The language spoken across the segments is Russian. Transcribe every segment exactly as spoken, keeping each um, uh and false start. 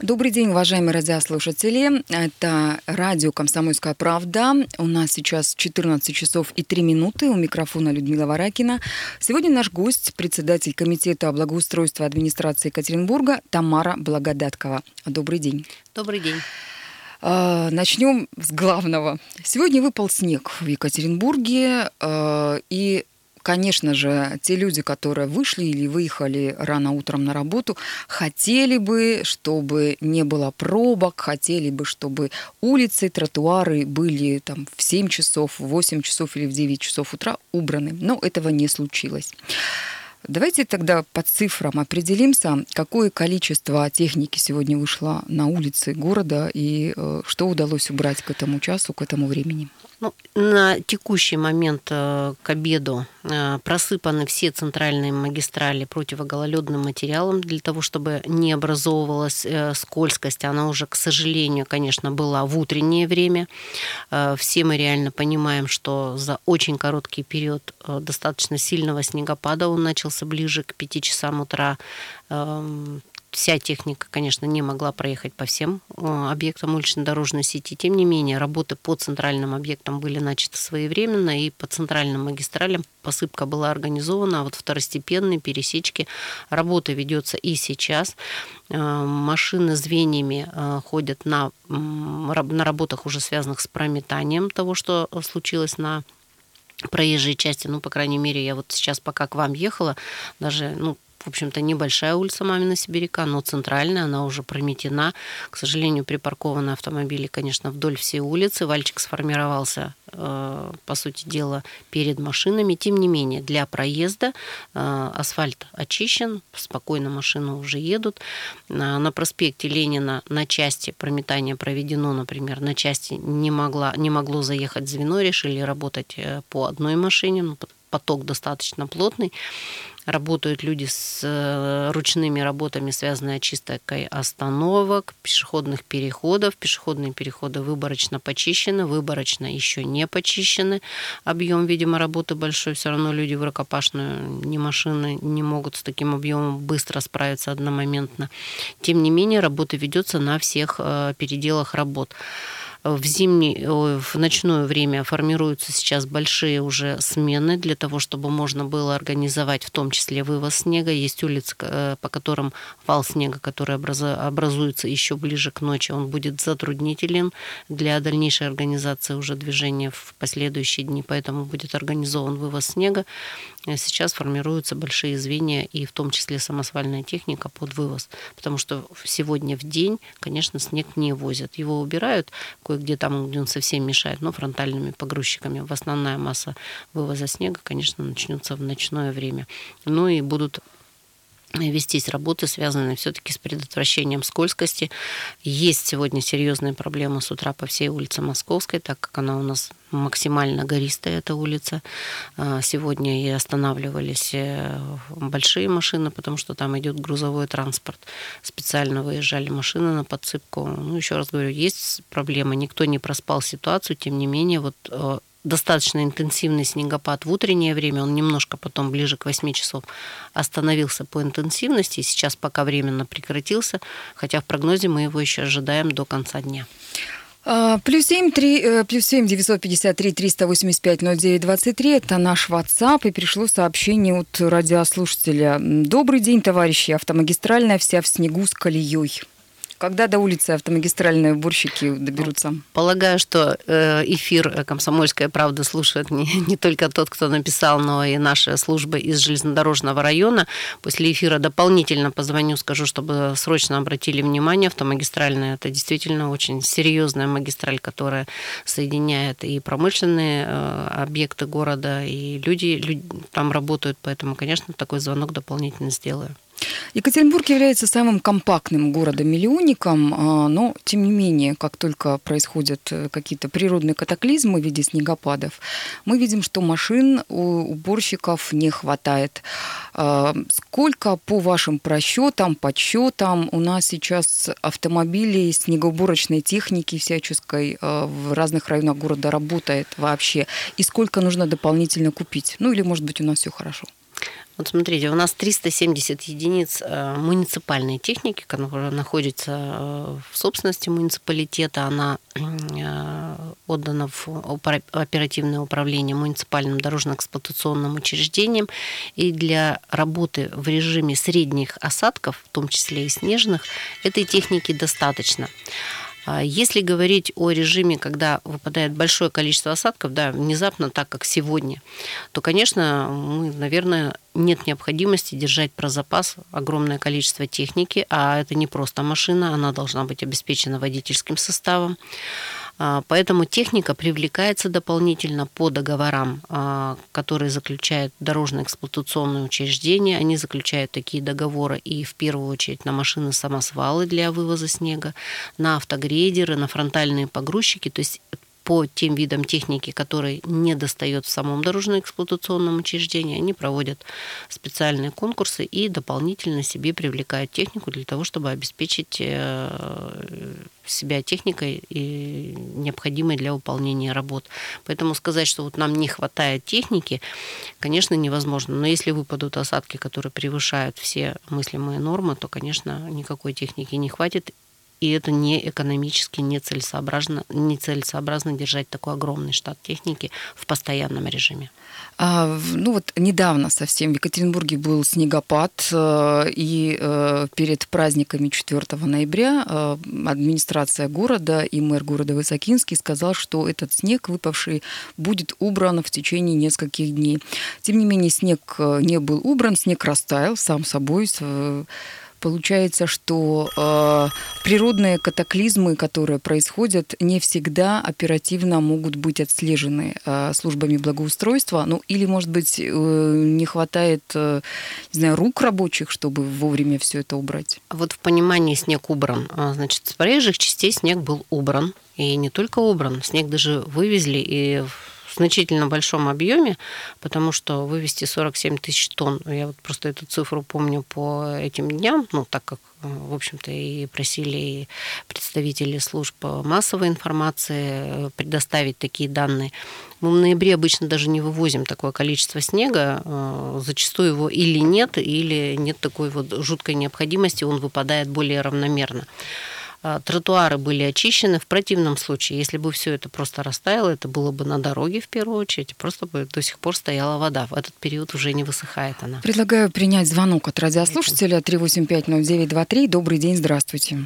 Добрый день, уважаемые радиослушатели. Это радио «Комсомольская правда». У нас сейчас четырнадцать часов и три минуты. У микрофона Людмила Варакина. Сегодня наш гость, председатель комитета благоустройства администрации Екатеринбурга Тамара Благодаткова. Добрый день. Добрый день. Начнем с главного. Сегодня выпал снег в Екатеринбурге, и конечно же, те люди, которые вышли или выехали рано утром на работу, хотели бы, чтобы не было пробок, хотели бы, чтобы улицы, тротуары были там в семь часов, в восемь часов или в девять часов утра убраны. Но этого не случилось. Давайте тогда по цифрам определимся, какое количество техники сегодня вышло на улицы города и э, что удалось убрать к этому часу, к этому времени. Ну, на текущий момент к обеду просыпаны все центральные магистрали противогололедным материалом для того, чтобы не образовывалась скользкость. Она уже, к сожалению, конечно, была в утреннее время. Все мы реально понимаем, что за очень короткий период достаточно сильного снегопада, он начался ближе к пяти часам утра. Вся техника, конечно, не могла проехать по всем объектам улично-дорожной сети. Тем не менее, работы по центральным объектам были начаты своевременно, и по центральным магистралям посыпка была организована. А вот второстепенные пересечки работа ведется и сейчас. Машины звеньями ходят на, на работах, уже связанных с прометанием того, что случилось на проезжей части. Ну, по крайней мере, я вот сейчас, пока к вам ехала, даже, ну, в общем-то, небольшая улица Мамина Сибиряка, но центральная, она уже прометена. К сожалению, припаркованы автомобили, конечно, вдоль всей улицы. Вальчик сформировался, по сути дела, перед машинами. Тем не менее, для проезда асфальт очищен, спокойно машины уже едут. На проспекте Ленина на части прометания проведено, например, на части не, могла, не могло заехать звено, решили работать по одной машине, поток достаточно плотный. Работают люди с ручными работами, связанные с очисткой остановок, пешеходных переходов. Пешеходные переходы выборочно почищены, выборочно еще не почищены. Объем, видимо, работы большой. Все равно люди в рукопашную, ни машины не могут с таким объемом быстро справиться одномоментно. Тем не менее, работа ведется на всех переделах работ. В зимнее, в ночное время формируются сейчас большие уже смены для того, чтобы можно было организовать в том числе вывоз снега. Есть улицы, по которым вал снега, который образуется еще ближе к ночи, он будет затруднителен для дальнейшей организации уже движения в последующие дни, поэтому будет организован вывоз снега. Сейчас формируются большие звенья, и в том числе самосвальная техника под вывоз, потому что сегодня в день, конечно, снег не возят. Его убирают кое-где там, где он совсем мешает, но фронтальными погрузчиками. Основная масса вывоза снега, конечно, начнется в ночное время. Ну и будут вестись работы, связанные все-таки с предотвращением скользкости. Есть сегодня серьезные проблемы с утра по всей улице Московской, так как она у нас максимально гористая, эта улица. Сегодня и останавливались большие машины, потому что там идет грузовой транспорт. Специально выезжали машины на подсыпку. Ну, еще раз говорю, есть проблемы, никто не проспал ситуацию, тем не менее, вот достаточно интенсивный снегопад в утреннее время, он немножко потом ближе к восьми часов остановился по интенсивности, и сейчас пока временно прекратился, хотя в прогнозе мы его еще ожидаем до конца дня. Плюс семь, три, плюс семь девятьсот пятьдесят три триста восемьдесят пять ноль девять двадцать три, это наш WhatsApp, и пришло сообщение от радиослушателя. Добрый день, товарищи, автомагистральная вся в снегу с колеей. Когда до улицы автомагистральные уборщики доберутся? Полагаю, что эфир «Комсомольская правда» слушает не, не только тот, кто написал, но и наша служба из железнодорожного района. После эфира дополнительно позвоню, скажу, чтобы срочно обратили внимание. Автомагистральная – это действительно очень серьезная магистраль, которая соединяет и промышленные объекты города, и люди, люди там работают. Поэтому, конечно, такой звонок дополнительно сделаю. Екатеринбург является самым компактным городом-миллионником, но, тем не менее, как только происходят какие-то природные катаклизмы в виде снегопадов, мы видим, что машин у уборщиков не хватает. Сколько, по вашим просчетам, подсчетам, у нас сейчас автомобилей, снегоуборочной техники всяческой в разных районах города работает вообще? И сколько нужно дополнительно купить? Ну или, может быть, у нас все хорошо? Вот смотрите, у нас триста семьдесят единиц муниципальной техники, которая находится в собственности муниципалитета. Она отдана в оперативное управление муниципальным дорожно-эксплуатационным учреждением. И для работы в режиме средних осадков, в том числе и снежных, этой техники достаточно. Если говорить о режиме, когда выпадает большое количество осадков, да, внезапно, так как сегодня, то, конечно, мы, наверное, нет необходимости держать про запас огромное количество техники, а это не просто машина, она должна быть обеспечена водительским составом. Поэтому техника привлекается дополнительно по договорам, которые заключают дорожно-эксплуатационные учреждения. Они заключают такие договоры и в первую очередь на машины-самосвалы для вывоза снега, на автогрейдеры, на фронтальные погрузчики. То есть по тем видам техники, которые не достает в самом дорожно-эксплуатационном учреждении, они проводят специальные конкурсы и дополнительно себе привлекают технику для того, чтобы обеспечить себя техникой, и необходимой для выполнения работ. Поэтому сказать, что вот нам не хватает техники, конечно, невозможно. Но если выпадут осадки, которые превышают все мыслимые нормы, то, конечно, никакой техники не хватит. И это не экономически нецелесообразно, нецелесообразно держать такой огромный штат техники в постоянном режиме. А, ну вот недавно совсем в Екатеринбурге был снегопад, и перед праздниками четвёртого ноября администрация города и мэр города Высокинский сказал, что этот снег, выпавший, будет убран в течение нескольких дней. Тем не менее, снег не был убран, снег растаял сам собой. Получается, что э, природные катаклизмы, которые происходят, не всегда оперативно могут быть отслежены э, службами благоустройства. Ну, или, может быть, э, не хватает, э, не знаю, рук рабочих, чтобы вовремя все это убрать. Вот в понимании снег убран. Значит, с проезжих частей снег был убран. И не только убран, снег даже вывезли и в значительно большом объеме, потому что вывести сорок семь тысяч тонн, я вот просто эту цифру помню по этим дням, ну, так как, в общем-то, и просили и представители служб массовой информации предоставить такие данные. Мы в ноябре обычно даже не вывозим такое количество снега, зачастую его или нет, или нет такой вот жуткой необходимости, он выпадает более равномерно. Тротуары были очищены. В противном случае, если бы все это просто растаяло, это было бы на дороге в первую очередь, просто бы до сих пор стояла вода. В этот период уже не высыхает она. Предлагаю принять звонок от радиослушателя три восемь пять ноль девять два три. Добрый день, здравствуйте.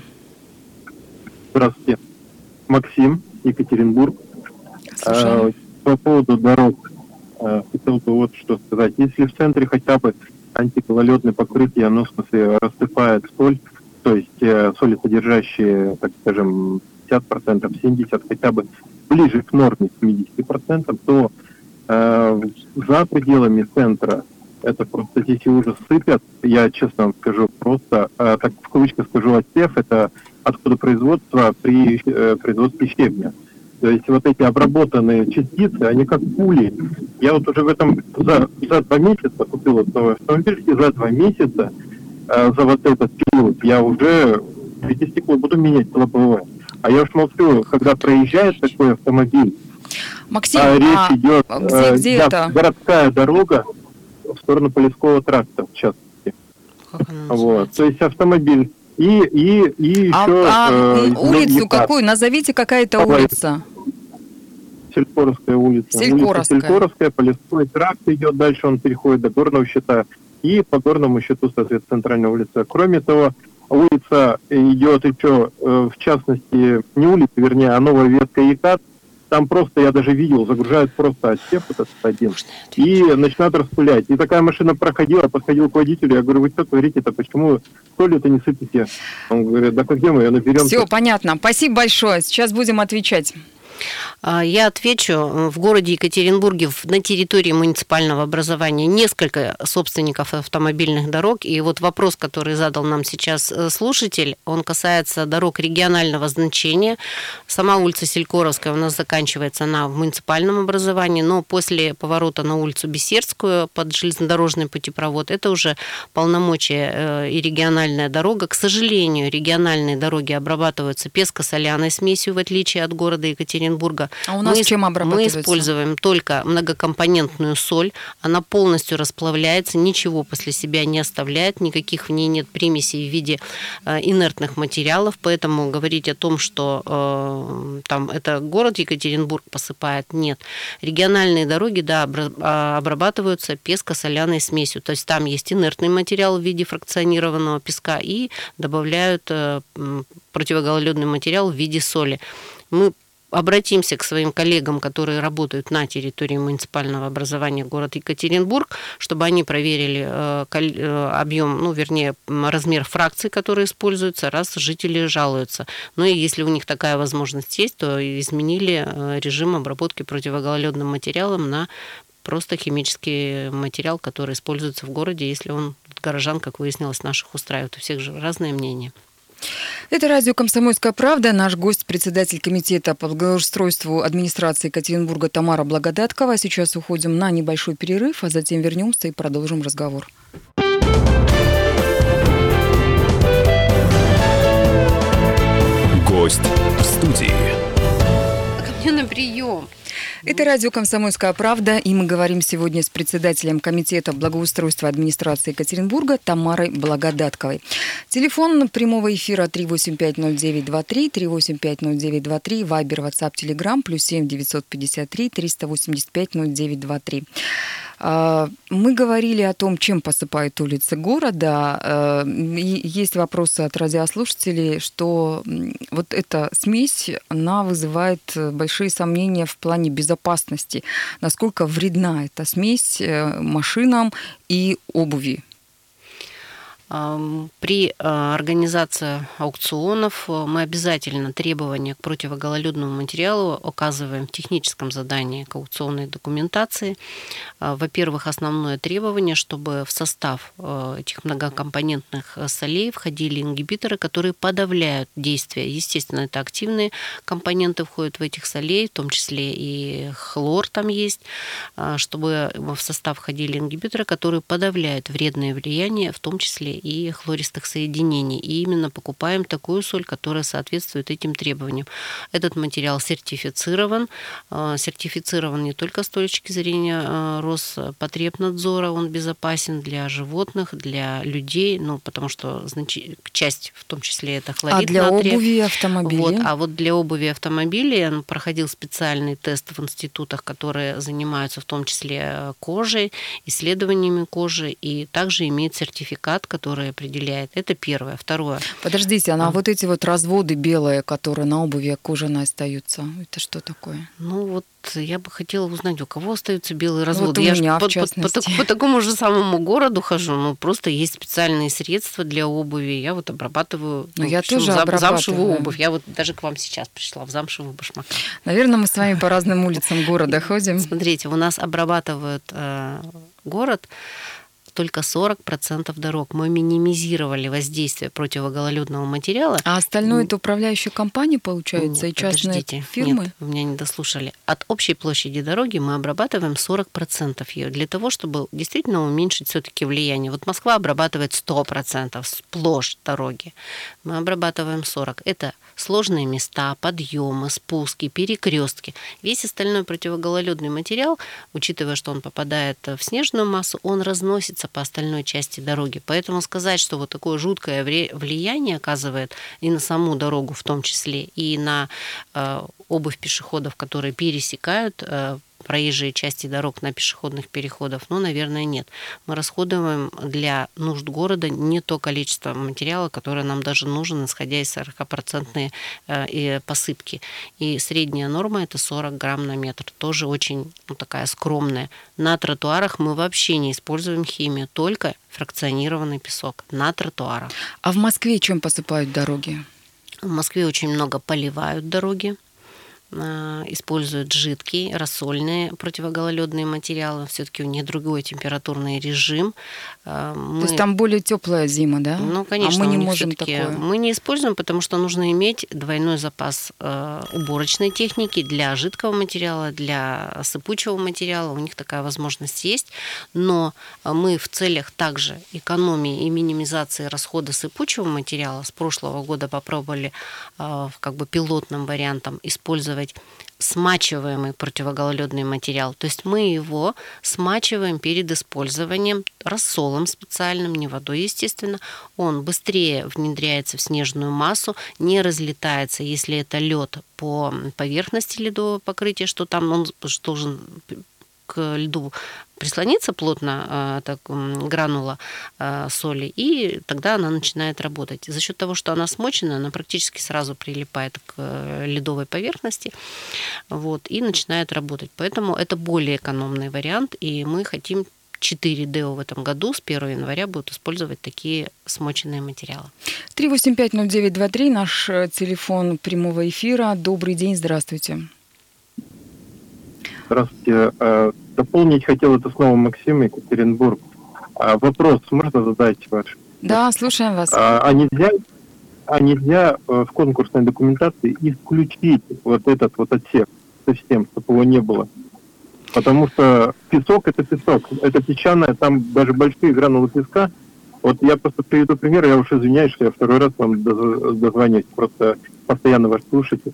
Здравствуйте. Максим, Екатеринбург. Слушаем. По поводу дорог хотел бы вот что сказать. Если в центре хотя бы антигололедное покрытие, оно, в смысле, рассыпает соль, то есть э, солесодержащие, так скажем, пятьдесят процентов, семьдесят процентов, хотя бы ближе к норме семьдесят процентов, то э, за пределами центра это просто эти уже сыпят. Я честно вам скажу, просто, э, так в кавычках скажу, отсев, это отходы производства при э, производстве щебня. То есть вот эти обработанные частицы, они как пули. Я вот уже в этом за, за два месяца купил вот новый автомобиль, и за два месяца за вот этот период я уже эти стекла буду менять лобовое. А я уж молчу, когда проезжает такой автомобиль, Максим, а речь а идет, где, где да, это? городская дорога в сторону Полевского тракта, в частности. Вот. То есть автомобиль. И, и, и а, еще... А э, улицу какую? Назовите, какая-то улица. Селькоровская улица. Селькоровская. Улица Селькоровская, Полевской тракт идет, дальше он переходит до Горного щита. И по Горному щиту, соответственно, центральная улица. Кроме того, улица идет еще, в частности, не улица, вернее, а новая ветка ЕКАТ. Там просто, я даже видел, загружают просто отсев этот один и начинают распылять. И такая машина проходила, подходил к водителю, я говорю, вы что творите-то, почему солью-то не сыпите? Он говорит, да как где мы ее наберем? Все, понятно. Спасибо большое. Сейчас будем отвечать. Я отвечу. В городе Екатеринбурге на территории муниципального образования несколько собственников автомобильных дорог. И вот вопрос, который задал нам сейчас слушатель, он касается дорог регионального значения. Сама улица Селькоровская у нас заканчивается она в муниципальном образовании, но после поворота на улицу Бессердскую под железнодорожный путепровод это уже полномочия и региональная дорога. К сожалению, региональные дороги обрабатываются песко-соляной смесью, в отличие от города Екатеринбурга. Екатеринбурга. А у нас мы, чем обрабатывается? Мы используем только многокомпонентную соль. Она полностью расплавляется, ничего после себя не оставляет, никаких в ней нет примесей в виде э, инертных материалов, поэтому говорить о том, что э, там это город Екатеринбург посыпает, нет. Региональные дороги, да, обрабатываются песко-соляной смесью, то есть там есть инертный материал в виде фракционированного песка и добавляют э, противогололедный материал в виде соли. Мы обратимся к своим коллегам, которые работают на территории муниципального образования города Екатеринбург, чтобы они проверили объем, ну, вернее, размер фракций, которые используются, раз жители жалуются. Ну и если у них такая возможность есть, то изменили режим обработки противогололедным материалом на просто химический материал, который используется в городе, если он горожан, как выяснилось, наших устраивает. У всех же разное мнение. Это радио «Комсомольская правда». Наш гость, председатель комитета по благоустройству администрации Екатеринбурга Тамара Благодаткова. Сейчас уходим на небольшой перерыв, а затем вернемся и продолжим разговор. Гость в студии. Ко мне на прием. Это радио «Комсомольская правда», и мы говорим сегодня с председателем комитета благоустройства администрации Екатеринбурга Тамарой Благодатковой. Телефон прямого эфира три восемь пять ноль девять два три, три восемь пять ноль девять два три, Вайбер, Ватсап, Телеграм, плюс семь девятьсот пятьдесят три триста восемьдесят пять ноль девять два три. Мы говорили о том, чем посыпают улицы города. Есть вопросы от радиослушателей, что вот эта смесь, она вызывает большие сомнения в плане безопасности. Насколько вредна эта смесь машинам и обуви? При организации аукционов мы обязательно требования к противогололедному материалу указываем в техническом задании к аукционной документации. Во-первых, основное требование, чтобы в состав этих многокомпонентных солей входили ингибиторы, которые подавляют действие. Естественно, это активные компоненты входят в этих солей, в том числе и хлор там есть, чтобы в состав входили ингибиторы, которые подавляют вредное влияние, в том числе и хлористых соединений. И именно покупаем такую соль, которая соответствует этим требованиям. Этот материал сертифицирован. Сертифицирован не только с точки зрения Роспотребнадзора, он безопасен для животных, для людей, ну, потому что значит, часть, в том числе, это хлорид А для натрия. обуви и автомобилей? Вот, а вот для обуви и автомобилей он проходил специальный тест в институтах, которые занимаются в том числе кожей, исследованиями кожи, и также имеет сертификат, который определяет. Это первое. Второе. Подождите, а, а вот эти вот разводы белые, которые на обуви кожаной остаются, это что такое? Ну вот я бы хотела узнать, у кого остаются белые разводы. Вот у я меня, по, в частности. По, по, по такому же самому городу хожу, ну просто есть специальные средства для обуви. Я вот обрабатываю ну, ну, я тоже зам, обрабатываю. замшевую обувь. Я вот даже к вам сейчас пришла в замшевых башмаках. Наверное, мы с вами по разным улицам города ходим. Смотрите, у нас обрабатывают э, город только сорок процентов дорог. Мы минимизировали воздействие противогололедного материала. А остальное это управляющие компании, получается, нет, и частные подождите. фирмы? Нет, вы меня не дослушали. От общей площади дороги мы обрабатываем сорок процентов ее, для того, чтобы действительно уменьшить все-таки влияние. Вот Москва обрабатывает сто процентов сплошь дороги. Мы обрабатываем сорок процентов. Это сложные места, подъемы, спуски, перекрестки. Весь остальной противогололедный материал, учитывая, что он попадает в снежную массу, он разносится по остальной части дороги. Поэтому сказать, что вот такое жуткое влияние оказывает и на саму дорогу в том числе, и на э, обувь пешеходов, которые пересекают э, проезжие части дорог на пешеходных переходах, ну, наверное, нет. Мы расходуем для нужд города не то количество материала, которое нам даже нужно, исходя из сорокопроцентной э, посыпки. И средняя норма – это сорок грамм на метр. Тоже очень ну, такая скромная. На тротуарах мы вообще не используем химию, только фракционированный песок на тротуарах. А в Москве чем посыпают дороги? В Москве очень много поливают дороги, используют жидкие, рассольные противогололедные материалы. Все-таки у них другой температурный режим. Мы... То есть там более теплая зима, да? Ну, конечно. А мы не можем такое. Мы не используем, потому что нужно иметь двойной запас уборочной техники для жидкого материала, для сыпучего материала. У них такая возможность есть. Но мы в целях также экономии и минимизации расхода сыпучего материала с прошлого года попробовали как бы пилотным вариантом использовать использовать смачиваемый противогололедный материал. То есть мы его смачиваем перед использованием рассолом специальным, не водой, естественно. Он быстрее внедряется в снежную массу, не разлетается, если это лед по поверхности ледового покрытия, что там он должен к льду прислониться плотно, так, гранула соли, и тогда она начинает работать. За счет того, что она смочена, она практически сразу прилипает к ледовой поверхности, вот, и начинает работать. Поэтому это более экономный вариант, и мы хотим четыре ДЭО в этом году с первого января будут использовать такие смоченные материалы. три восемь пять ноль девять два три, наш телефон прямого эфира. Добрый день, здравствуйте. Здравствуйте. Дополнить хотел это снова Максим, Екатеринбург. Вопрос можно задать ваш? Да, слушаем вас. А нельзя, а нельзя в конкурсной документации исключить вот этот вот отсек совсем, чтобы его не было? Потому что песок – это песок, это песчаное, там даже большие гранулы песка. Вот я просто приведу пример, я уж извиняюсь, что я второй раз вам дозвонюсь, просто постоянно вас слушайте.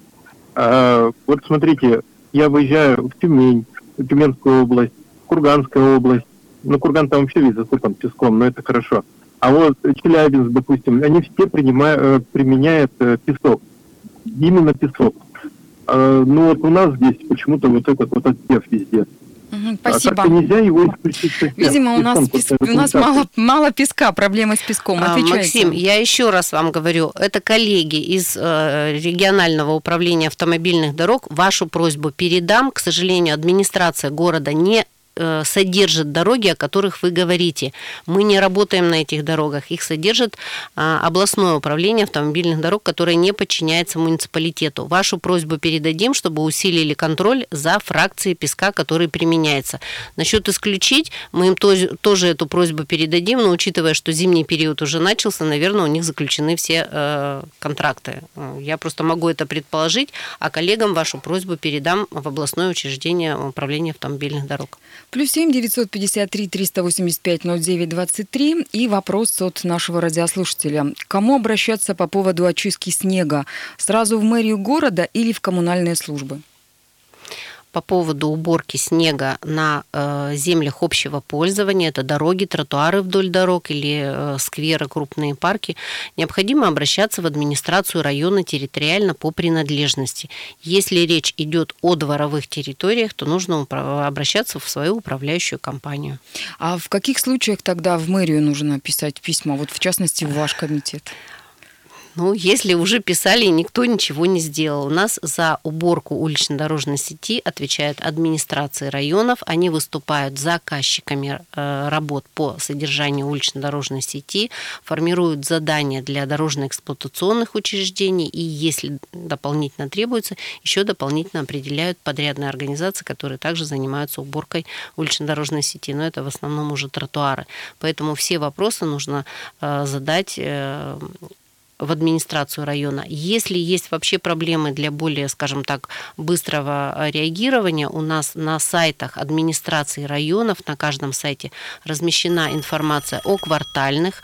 А, вот смотрите, я выезжаю в Тюмень, в Тюменскую область, Курганская область. Ну, Курган там вообще весь засыпан песком, но это хорошо. А вот Челябинск, допустим, они все принимают, применяют песок. Именно песок. А, ну, вот у нас здесь почему-то вот этот вот отсев везде. Угу, спасибо. А нельзя его исключить. Видимо, у нас, пес... у нас мало, мало песка, проблемы с песком. Отвечайте. Максим, я еще раз вам говорю, это коллеги из э, регионального управления автомобильных дорог вашу просьбу передам. К сожалению, администрация города не содержит дороги, о которых вы говорите. Мы не работаем на этих дорогах. Их содержит а, областное управление автомобильных дорог, которое не подчиняется муниципалитету. Вашу просьбу передадим, чтобы усилили контроль за фракцией песка, который применяется. Насчет исключить, мы им тоже, тоже эту просьбу передадим, но учитывая, что зимний период уже начался, наверное, у них заключены все э, контракты. Я просто могу это предположить, а коллегам вашу просьбу передам в областное учреждение управления автомобильных дорог. Плюс семь девятьсот пятьдесят три триста восемьдесят пять ноль девять двадцать три. И вопрос от нашего радиослушателя. К кому обращаться по поводу очистки снега? Сразу в мэрию города или в коммунальные службы? По поводу уборки снега на э, землях общего пользования, это дороги, тротуары вдоль дорог или э, скверы, крупные парки, необходимо обращаться в администрацию района территориально по принадлежности. Если речь идет о дворовых территориях, то нужно управ... обращаться в свою управляющую компанию. А в каких случаях тогда в мэрию нужно писать письма, вот в частности в ваш комитет? Ну, если уже писали, никто ничего не сделал. У нас за уборку улично-дорожной сети отвечают администрации районов. Они выступают заказчиками работ по содержанию улично-дорожной сети, формируют задания для дорожно-эксплуатационных учреждений и, если дополнительно требуется, еще дополнительно определяют подрядные организации, которые также занимаются уборкой улично-дорожной сети. Но это в основном уже тротуары. Поэтому все вопросы нужно задать в администрацию района. Если есть вообще проблемы для более, скажем так, быстрого реагирования, у нас на сайтах администрации районов, на каждом сайте размещена информация о квартальных,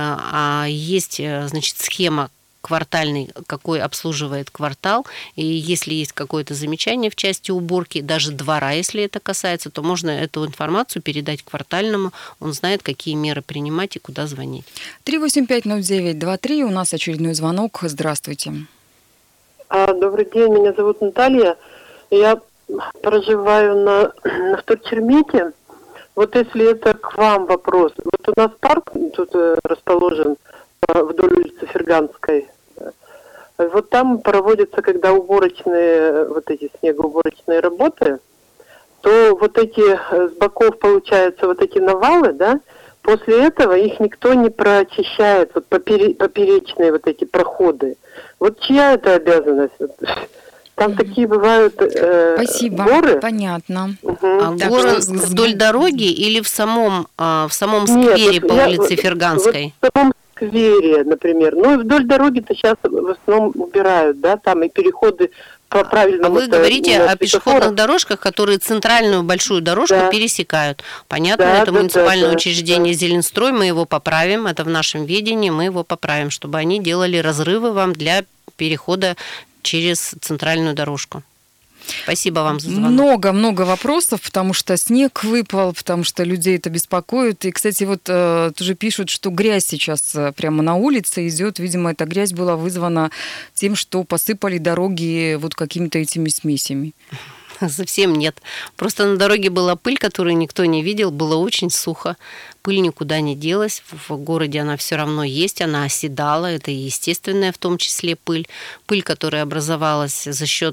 есть, значит, схема квартальный, какой обслуживает квартал, и если есть какое-то замечание в части уборки, даже двора, если это касается, то можно эту информацию передать квартальному, он знает, какие меры принимать и куда звонить. три восемь пять ноль девять два три, у нас очередной звонок. Здравствуйте. Добрый день, меня зовут Наталья. Я проживаю на, на Вторчермете. Вот если это к вам вопрос. Вот у нас парк тут расположен вдоль улицы Ферганской. Вот там проводятся, когда уборочные, вот эти снегоуборочные работы, то вот эти с боков получаются вот эти навалы, да, после этого их никто не прочищает, вот поперечные вот эти проходы. Вот чья это обязанность? Там mm-hmm. такие бывают э, Спасибо. горы. Понятно. Угу. А горы что... вдоль дороги или в самом, в самом сквере? Нет, по я, улице Ферганской? Вот в самом сквере, например. Ну, вдоль дороги-то сейчас в основном убирают, да, там и переходы по правильному. А вы говорите о пешеходных дорожках, которые центральную большую дорожку да. пересекают. Понятно, да, это да, муниципальное да, учреждение да. Зеленстрой, мы его поправим, это в нашем ведении, мы его поправим, чтобы они делали разрывы вам для перехода через центральную дорожку. Спасибо вам за звонок. Много-много вопросов, потому что снег выпал, потому что людей это беспокоит. И, кстати, вот э, тоже пишут, что грязь сейчас прямо на улице идет. Видимо, эта грязь была вызвана тем, что посыпали дороги вот какими-то этими смесями. Совсем нет. Просто на дороге была пыль, которую никто не видел, было очень сухо. Пыль никуда не делась, в городе она все равно есть, она оседала, это естественная в том числе пыль. Пыль, которая образовалась за счет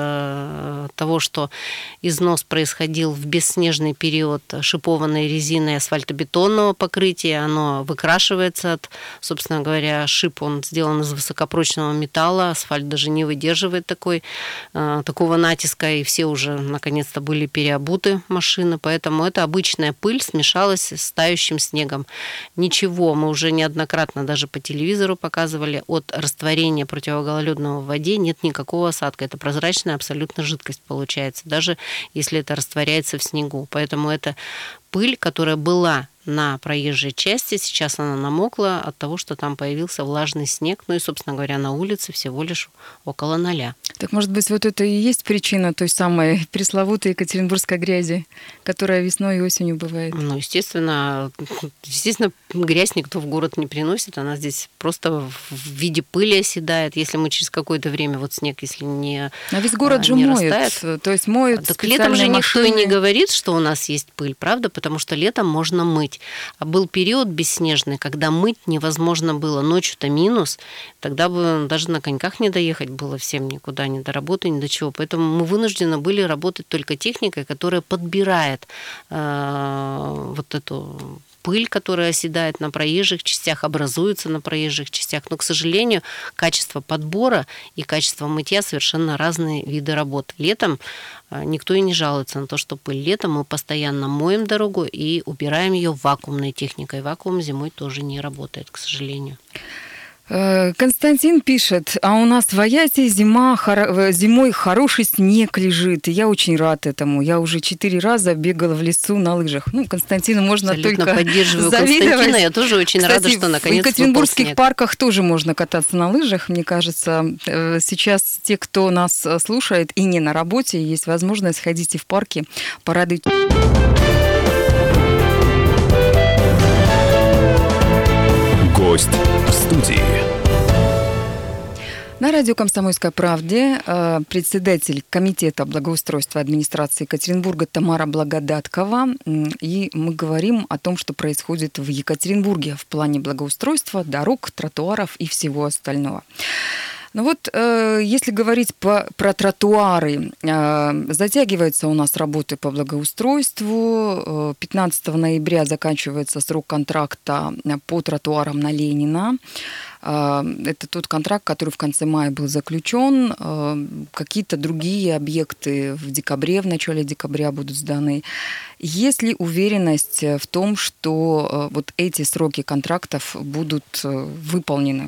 э, того, что износ происходил в бесснежный период шипованной резиной асфальтобетонного покрытия, оно выкрашивается от, собственно говоря, шип, он сделан из высокопрочного металла, асфальт даже не выдерживает такой, э, такого натиска, и все уже наконец-то были переобуты машины, поэтому это обычная пыль смешалась с тающей снегом. Ничего, мы уже неоднократно даже по телевизору показывали, от растворения противогололедного в воде нет никакого осадка. Это прозрачная абсолютно жидкость получается, даже если это растворяется в снегу. Поэтому это пыль, которая была на проезжей части, сейчас она намокла от того, что там появился влажный снег, ну и, собственно говоря, на улице всего лишь около ноля. Так, может быть, вот это и есть причина той самой пресловутой екатеринбургской грязи, которая весной и осенью бывает? Ну, естественно, естественно, грязь никто в город не приносит, она здесь просто в виде пыли оседает. Если мы через какое-то время, вот снег, если не А весь город же не моет, растает, то есть моет так летом же машины. никто и не говорит, что у нас есть пыль, правда? Потому что летом можно мыть. А был период бесснежный, когда мыть невозможно было. Ночью-то минус, тогда бы даже на коньках не доехать было всем никуда, ни до работы, ни до чего. Поэтому мы вынуждены были работать только техникой, которая подбирает э, вот эту пыль, которая оседает на проезжих частях, образуется на проезжих частях. Но, к сожалению, качество подбора и качество мытья совершенно разные виды работ. Летом никто и не жалуется на то, что пыль. Летом мы постоянно моем дорогу и убираем ее вакуумной техникой. Вакуум зимой тоже не работает, к сожалению. Константин пишет, а у нас в Аяте зима, зимой хороший снег лежит, и я очень рад этому. Я уже четыре раза бегала в лесу на лыжах. Ну, Константину можно Абсолютно только поддерживаю завидовать. Константина, я тоже очень Кстати, рада, что наконец-то в екатеринбургских парках тоже можно кататься на лыжах. Мне кажется, сейчас те, кто нас слушает и не на работе, есть возможность сходить в парки, порадуйте. Гость в студии. На радио «Комсомольская правда» председатель комитета благоустройства администрации Екатеринбурга Тамара Благодаткова. И мы говорим о том, что происходит в Екатеринбурге в плане благоустройства, дорог, тротуаров и всего остального. Ну вот, если говорить по, про тротуары, затягиваются у нас работы по благоустройству. пятнадцатого ноября заканчивается срок контракта по тротуарам на Ленина. Это тот контракт, который в конце мая был заключен. Какие-то другие объекты в декабре, в начале декабря будут сданы. Есть ли уверенность в том, что вот эти сроки контрактов будут выполнены?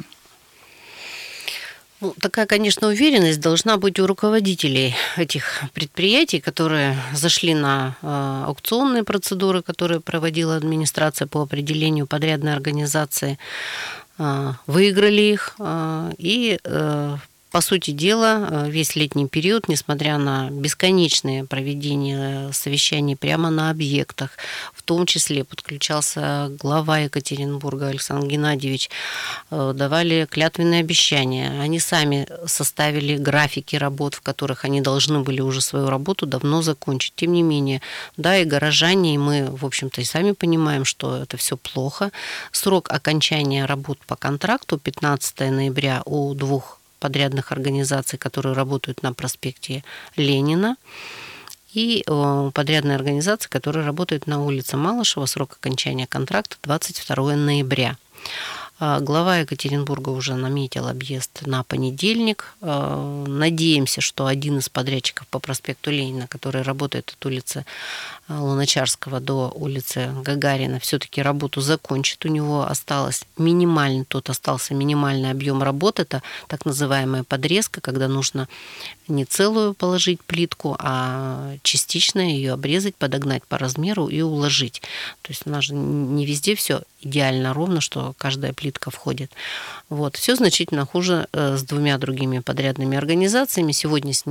Ну, такая, конечно, уверенность должна быть у руководителей этих предприятий, которые зашли на э, аукционные процедуры, которые проводила администрация по определению подрядной организации, э, выиграли их э, и э, по сути дела, весь летний период, несмотря на бесконечные проведения совещаний прямо на объектах, в том числе подключался глава Екатеринбурга Александр Геннадьевич, давали клятвенные обещания. Они сами составили графики работ, в которых они должны были уже свою работу давно закончить. Тем не менее, да, и горожане, и мы, в общем-то, и сами понимаем, что это все плохо. Срок окончания работ по контракту пятнадцатого ноября у двух подрядных организаций, которые работают на проспекте Ленина, и подрядная организация, которая работает на улице Малышева, срок окончания контракта двадцать второго ноября. Глава Екатеринбурга уже наметил объезд на понедельник. Надеемся, что один из подрядчиков по проспекту Ленина, который работает от улицы Луначарского до улицы Гагарина, все-таки работу закончит. У него осталось минимальный, тот остался минимальный объем работы. Это так называемая подрезка, когда нужно не целую положить плитку, а частично ее обрезать, подогнать по размеру и уложить. То есть у нас же не везде все идеально ровно, что каждая плитка входит. Вот. Все значительно хуже с двумя другими подрядными организациями. Сегодня с ними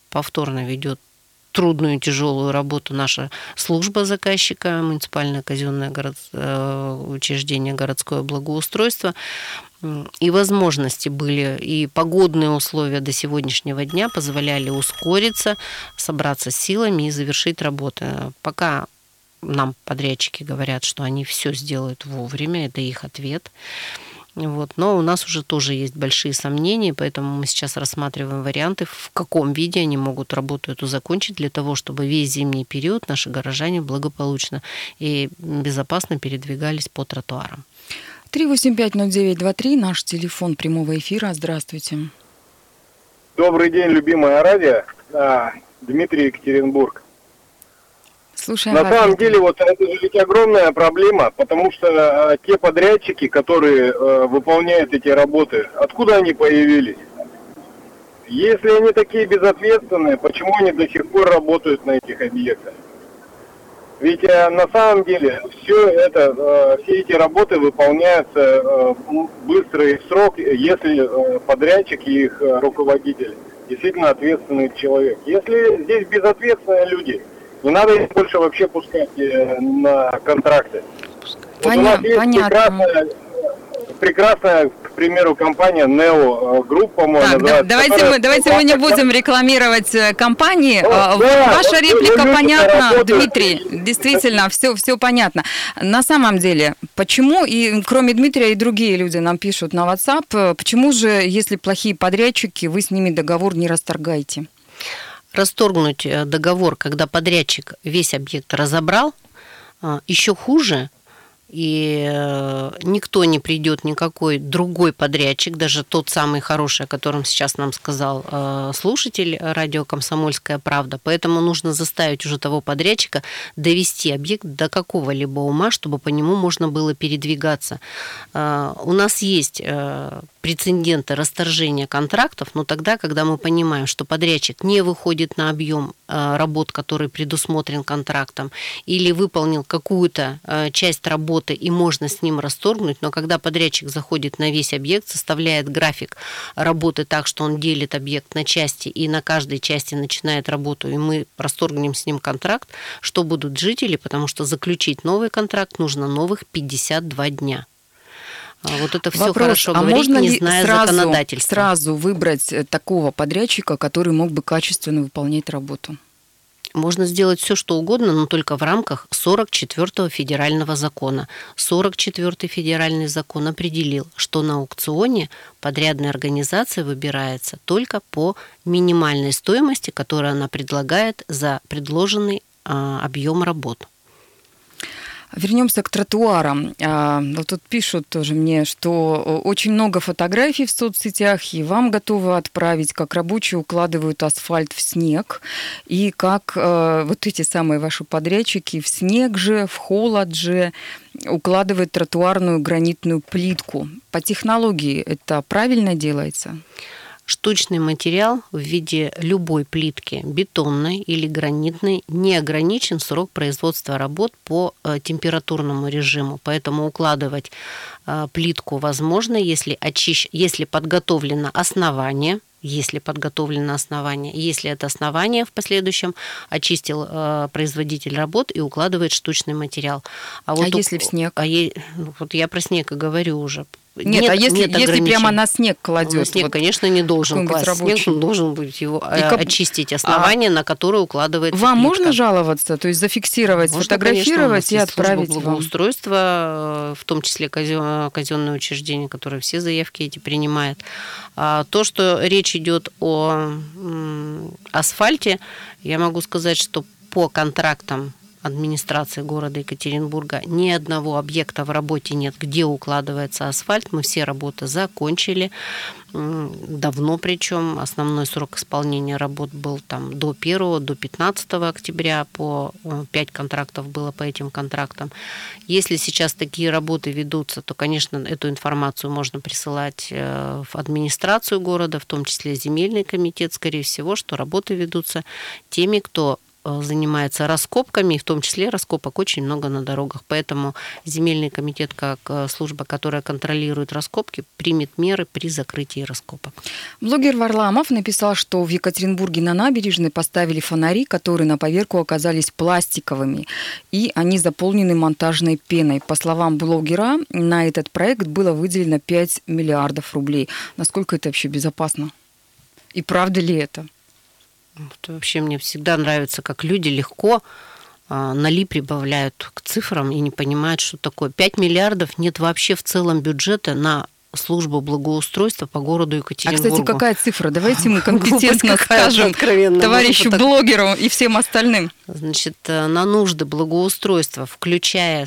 повторно ведет трудную, тяжелую работу наша служба заказчика, муниципальное казенное город, учреждение городское благоустройство. И возможности были, и погодные условия до сегодняшнего дня позволяли ускориться, собраться с силами и завершить работы. Пока нам подрядчики говорят, что они все сделают вовремя, это их ответ. Вот. Но у нас уже тоже есть большие сомнения, поэтому мы сейчас рассматриваем варианты, в каком виде они могут работу эту закончить, для того, чтобы весь зимний период наши горожане благополучно и безопасно передвигались по тротуарам. три восемь пять ноль девять два три, наш телефон прямого эфира. Здравствуйте. Добрый день, любимое радио. А, Дмитрий, Екатеринбург. Слушаем На вас, самом Дмитрий. деле, вот это же ведь огромная проблема, потому что а, те подрядчики, которые а, выполняют эти работы, откуда они появились? Если они такие безответственные, почему они до сих пор работают на этих объектах? Ведь а, на самом деле все это, а, все эти работы выполняются а, быстро и в срок, если а, подрядчик и их а, руководитель действительно ответственный человек. Если здесь безответственные люди, не надо их больше вообще пускать э, на контракты. Понятно, вот у нас есть понятно. прекрасная, прекрасная, к примеру, компания Нео Групп, по-моему, Так, да, называется. давайте, которая... мы, давайте мы не будем рекламировать э, компании. Ну, А, да, Ваша вот реплика люди понятна, работают. Дмитрий. Действительно, все, все понятно. На самом деле, почему, и кроме Дмитрия, и другие люди нам пишут на WhatsApp, почему же, если плохие подрядчики, вы с ними договор не расторгаете? Расторгнуть договор, когда подрядчик весь объект разобрал, еще хуже, и никто не придет, никакой другой подрядчик, даже тот самый хороший, о котором сейчас нам сказал слушатель радио «Комсомольская правда». Поэтому нужно заставить уже того подрядчика довести объект до какого-либо ума, чтобы по нему можно было передвигаться. У нас есть прецеденты расторжения контрактов, но тогда, когда мы понимаем, что подрядчик не выходит на объем работ, который предусмотрен контрактом, или выполнил какую-то часть работы, и можно с ним расторгнуть, но когда подрядчик заходит на весь объект, составляет график работы так, что он делит объект на части, и на каждой части начинает работу, и мы расторгнем с ним контракт, что будут жители, потому что заключить новый контракт нужно новых пятьдесят два дня. Вот это все Вопрос, хорошо а говорить, можно не ли зная сразу, законодательства. сразу выбрать такого подрядчика, который мог бы качественно выполнять работу? Можно сделать все, что угодно, но только в рамках сорок четвёртого федерального закона. сорок четвёртый федеральный закон определил, что на аукционе подрядная организация выбирается только по минимальной стоимости, которую она предлагает за предложенный а, объем работ. Вернемся к тротуарам. Вот тут пишут тоже мне, что очень много фотографий в соцсетях, и вам готовы отправить, как рабочие укладывают асфальт в снег, и как вот эти самые ваши подрядчики в снег же, в холод же укладывают тротуарную гранитную плитку. По технологии это правильно делается? Штучный материал в виде любой плитки, бетонной или гранитной, не ограничен срок производства работ по температурному режиму. Поэтому укладывать плитку возможно, если, очищ... если подготовлено основание, если подготовлено основание, если это основание в последующем очистил э, производитель работ и укладывает штучный материал. А, вот а у... если в снег? А е... Вот я про снег и говорю уже. Нет, нет, а если, нет если прямо на снег кладет? На снег, вот, конечно, не должен класть. Рабочий. Снег он должен быть его и как... очистить основание, а... на которое укладывается Вам плитка. Можно жаловаться, то есть зафиксировать, можно, сфотографировать конечно, и отправить служба вам? Благоустройства, в том числе казенное учреждение, которое все заявки эти принимает. А то, что речь идет о асфальте, я могу сказать, что по контрактам администрации города Екатеринбурга ни одного объекта в работе нет, где укладывается асфальт. Мы все работы закончили. Давно причем. Основной срок исполнения работ был там до первого, до пятнадцатого октября. По пять контрактов было по этим контрактам. Если сейчас такие работы ведутся, то, конечно, эту информацию можно присылать в администрацию города, в том числе земельный комитет, скорее всего, что работы ведутся теми, кто занимается раскопками, и в том числе раскопок очень много на дорогах. Поэтому земельный комитет, как служба, которая контролирует раскопки, примет меры при закрытии раскопок. Блогер Варламов написал, что в Екатеринбурге на набережной поставили фонари, которые на поверку оказались пластиковыми, и они заполнены монтажной пеной. По словам блогера, на этот проект было выделено пять миллиардов рублей. Насколько это вообще безопасно? И правда ли это? Это вообще мне всегда нравится, как люди легко а, ноли прибавляют к цифрам и не понимают, что такое. пять миллиардов нет вообще в целом бюджета на службу благоустройства по городу Екатеринбургу. А, кстати, какая цифра? Давайте мы компетентно скажем товарищу блогеру и всем остальным. Значит, на нужды благоустройства, включая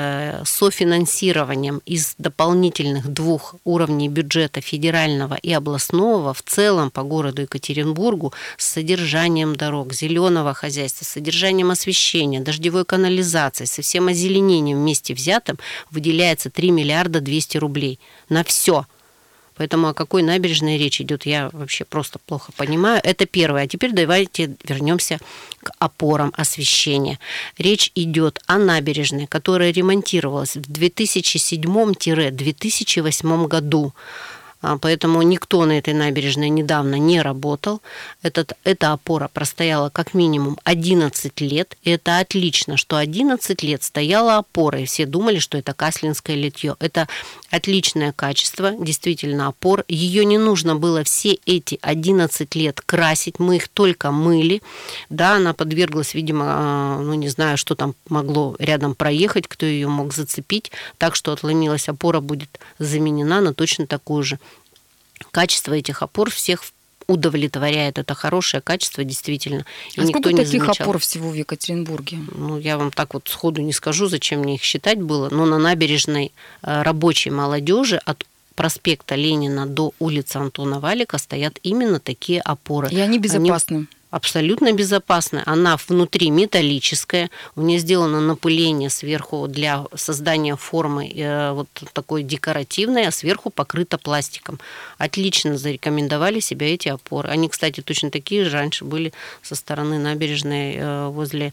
с софинансированием из дополнительных двух уровней бюджета, федерального и областного, в целом по городу Екатеринбургу с содержанием дорог, зеленого хозяйства, с содержанием освещения, дождевой канализации, со всем озеленением вместе взятым выделяется три миллиарда двести рублей на все. Поэтому о какой набережной речь идет, я вообще просто плохо понимаю. Это первое. А теперь давайте вернемся к опорам освещения. Речь идет о набережной, которая ремонтировалась в две тысячи седьмом — две тысячи восьмом году. Поэтому никто на этой набережной недавно не работал. Этот, эта опора простояла как минимум одиннадцать лет. И это отлично, что одиннадцать лет стояла опора, и все думали, что это каслинское литье. Это отличное качество, действительно, опор. Ее не нужно было все эти одиннадцать лет красить, мы их только мыли. Да, она подверглась, видимо, ну не знаю, что там могло рядом проехать, кто ее мог зацепить, так что отломилась опора, будет заменена на точно такую же. Качество этих опор всех удовлетворяет. Это хорошее качество, действительно. И а сколько таких замечал. опор всего в Екатеринбурге? Ну, я вам так вот сходу не скажу, зачем мне их считать было, но на набережной рабочей молодежи от проспекта Ленина до улицы Антона Валика стоят именно такие опоры. И они безопасны? Они абсолютно безопасны. Она внутри металлическая, у нее сделано напыление сверху для создания формы э, вот такой декоративной, а сверху покрыто пластиком. Отлично зарекомендовали себя эти опоры. Они, кстати, точно такие же раньше были со стороны набережной э, возле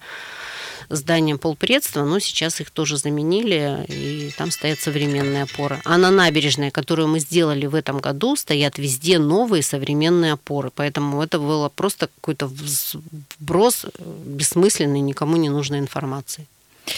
здания полпредства, но сейчас их тоже заменили, и там стоят современные опоры. А на набережной, которую мы сделали в этом году, стоят везде новые современные опоры. Поэтому это было просто какой-то вброс бессмысленной, никому не нужной информации.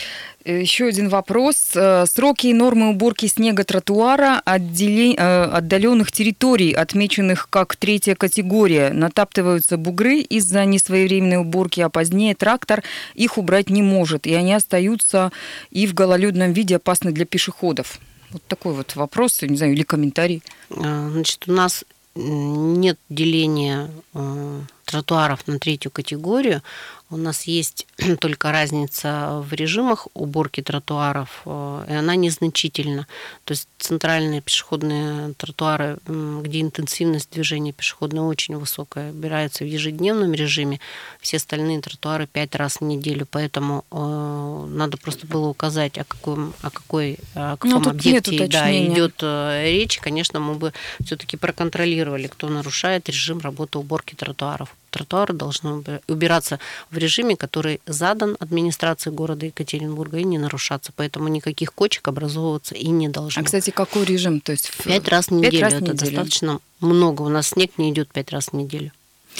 Еще один вопрос. Сроки и нормы уборки снега тротуара отдаленных территорий, отмеченных как третья категория. Натаптываются бугры из-за несвоевременной уборки, а позднее трактор их убрать не может. И они остаются и в гололедном виде опасны для пешеходов. Вот такой вот вопрос, не знаю, или комментарий. Значит, у нас нет деления тротуаров на третью категорию. У нас есть только разница в режимах уборки тротуаров, и она незначительна. То есть центральные пешеходные тротуары, где интенсивность движения пешеходной очень высокая, убираются в ежедневном режиме. Все остальные тротуары пять раз в неделю. Поэтому э, надо просто было указать, о каком, о какой, о каком ну, объекте да, идет речь. Конечно, мы бы все-таки проконтролировали, кто нарушает режим работы уборки тротуаров. Тротуары должны убираться в режиме, который задан администрацией города Екатеринбурга, и не нарушаться. Поэтому никаких кочек образовываться и не должно. А, кстати, какой режим? То есть пять раз в неделю. Раз в это неделю. Достаточно много. У нас снег не идет пять раз в неделю.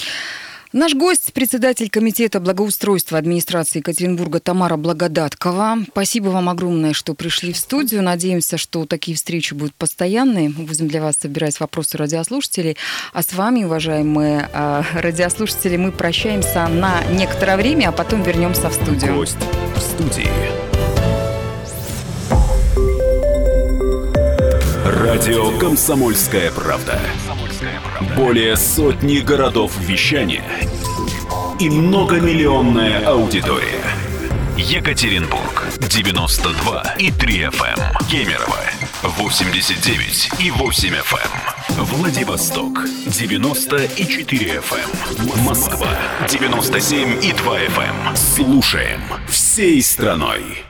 Наш гость, председатель комитета благоустройства администрации Екатеринбурга Тамара Благодаткова. Спасибо вам огромное, что пришли в студию. Надеемся, что такие встречи будут постоянные. Мы будем для вас собирать вопросы радиослушателей. А с вами, уважаемые радиослушатели, мы прощаемся на некоторое время, а потом вернемся в студию. Гость в студии. Радио «Комсомольская правда». Более сотни городов вещания и многомиллионная аудитория. Екатеринбург девяносто два и три эф эм, Кемерово восемьдесят девять и восемь эф эм, Владивосток девяносто и четыре эф эм, Москва девяносто семь и два эф эм. Слушаем всей страной.